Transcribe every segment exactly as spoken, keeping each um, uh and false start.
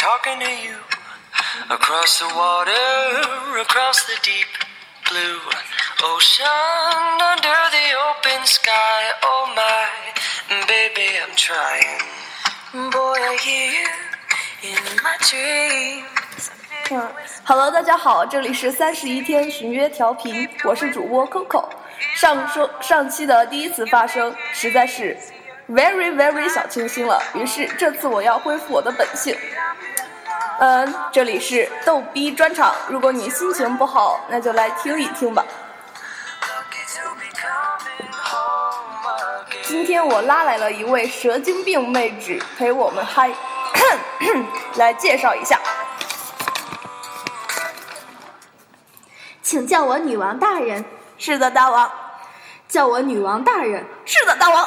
talking to you across the water, across the deep blue ocean, under the open sky. Oh my baby, I'm trying. Boy, I hear you in my dreams. 嗯 ，Hello， 大家好，这里是三十一天寻约调频，我是主播 Coco。上周上期的第一次发声实在是 very very 小清新了，于是这次我要恢复我的本性。嗯，这里是逗逼专场，如果你心情不好，那就来听一听吧。今天我拉来了一位蛇精病妹纸陪我们嗨，来介绍一下。 请叫我女王大人。 是的，大王。 叫我女王大人。 是的，大王。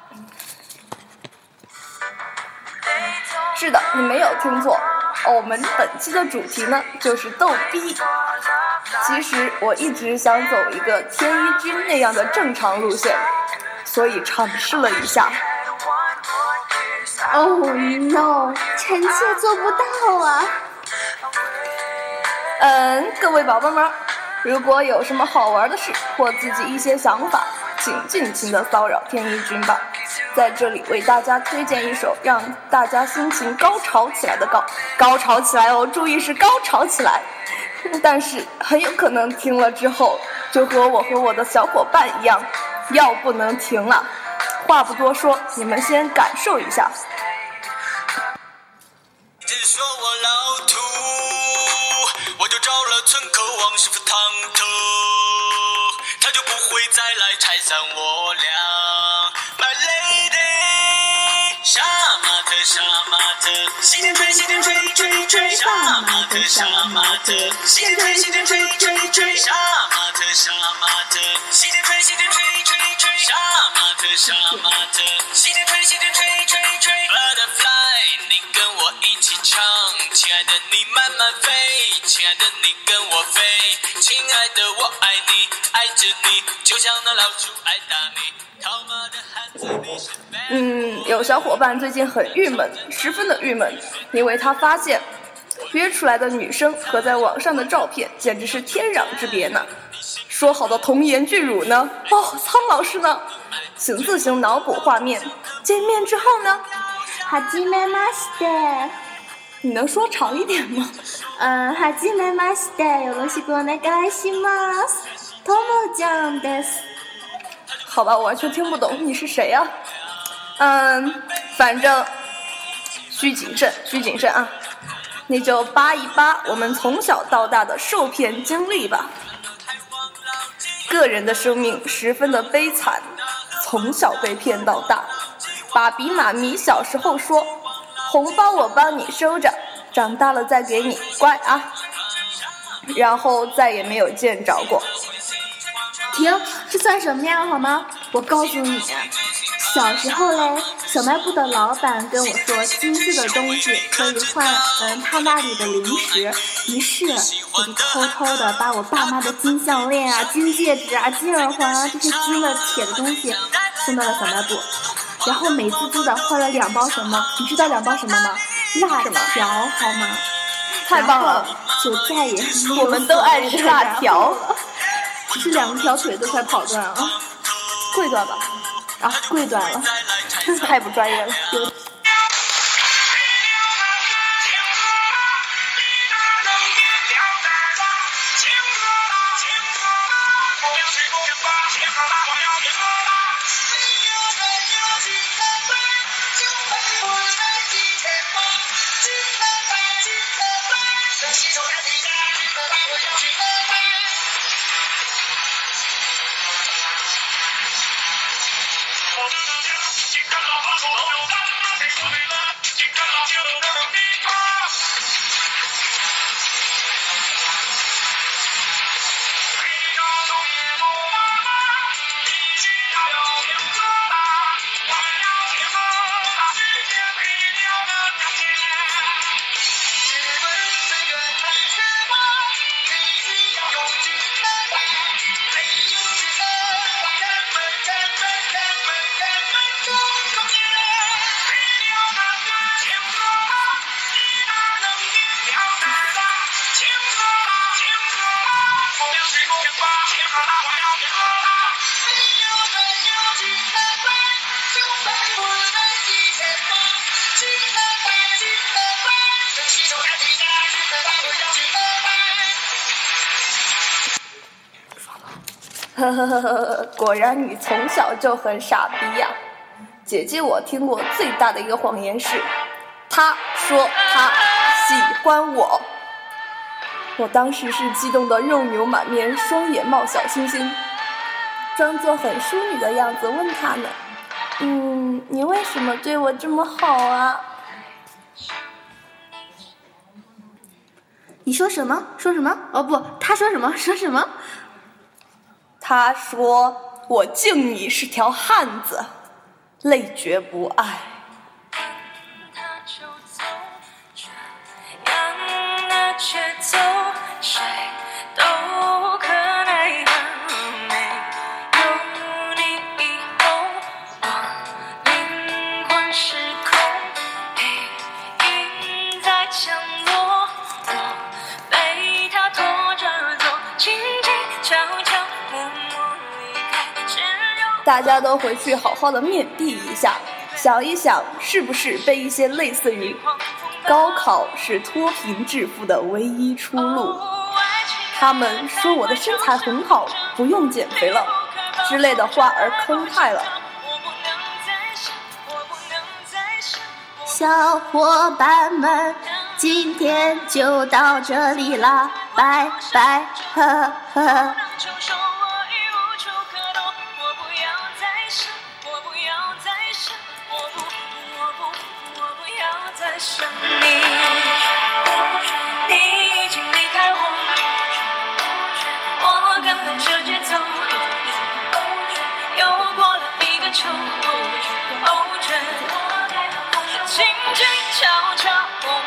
是的，你没有听错。我们本期的主题呢，就是逗逼。其实我一直想走一个天一君那样的正常路线，所以尝试了一下。 Oh no， 臣妾做不到啊。 嗯，各位宝贝们，如果有什么好玩的事或自己一些想法，请尽情的骚扰天一君吧。在这里为大家推荐一首让大家心情高潮起来的高高潮起来哦，注意是高潮起来，但是很有可能听了之后就和我和我的小伙伴一样，要不能停了。话不多说，你们先感受一下。 只说我老土，我就着了村口王师傅堂头，他就不会再来拆散我俩。My lady， 杀马特杀马特，西天吹西天吹吹吹，杀马特杀马特，西天吹西天吹吹吹，杀马特杀马特，西天吹西天吹吹吹，杀马特杀马特，西天吹西天吹吹吹。Butterfly， 你跟我一起唱，亲爱的你慢慢飞，亲爱的你跟我飞，亲爱的我爱你，爱着你，就像那老鼠爱大米，套马的汉子你是。 嗯，有小伙伴最近很郁闷，十分的郁闷，因为他发现约出来的女生和在网上的照片简直是天壤之别呢。说好的童颜巨乳呢？哦，苍老师呢？请自行脑补画面。见面之后呢？ はじめまして。 你能说长一点吗？ 嗯，はじめまして。よろしくお願いします。ともちゃんです。 好吧，我完全听不懂你是谁啊？嗯，反正需谨慎，需谨慎啊！你就扒一扒我们从小到大的受骗经历吧。个人的生命十分的悲惨，从小被骗到大。爸比妈咪小时候说，红包我帮你收着，长大了再给你，乖啊。然后再也没有见着过。 停，这算什么呀？好吗？我告诉你，小时候嘞，小卖部的老板跟我说，金色的东西可以换嗯他那里的零食，于是我就偷偷的把我爸妈的金项链啊、金戒指啊、金耳环啊这些金的铁的东西送到了小卖部，然后美滋滋的换了两包什么？你知道两包什么吗？辣条，好吗？ 太棒了， 就再也没有我们都爱吃辣条了。只是两条腿都快跑断了， 跪断吧， 啊，跪断了， 太不专业了。有呵呵呵呵，果然你从小就很傻逼呀、啊！姐姐，我听过最大的一个谎言是，他说他喜欢我。我当时是激动得肉牛满面，双眼冒小星星，装作很淑女的样子问他呢：“嗯，你为什么对我这么好啊？” 你说什么？说什么？哦不，他说什么？说什么？ 他说我敬你是条汉子，累觉不爱。 却走，谁都无可奈何。没有你以后，我灵魂失控，背影在降落，我被他拖着走，轻轻悄悄默默离开。 大家都回去好好的面壁一下，想一想是不是被一些类似于高考是脱贫致富的唯一出路，他们说我的身材很好，不用减肥了之类的话而坑害了。 小伙伴们，今天就到这里啦，拜拜，呵呵。 想你，你已经离开我，我跟不着节奏，又过了一个秋，哦，轻轻悄悄。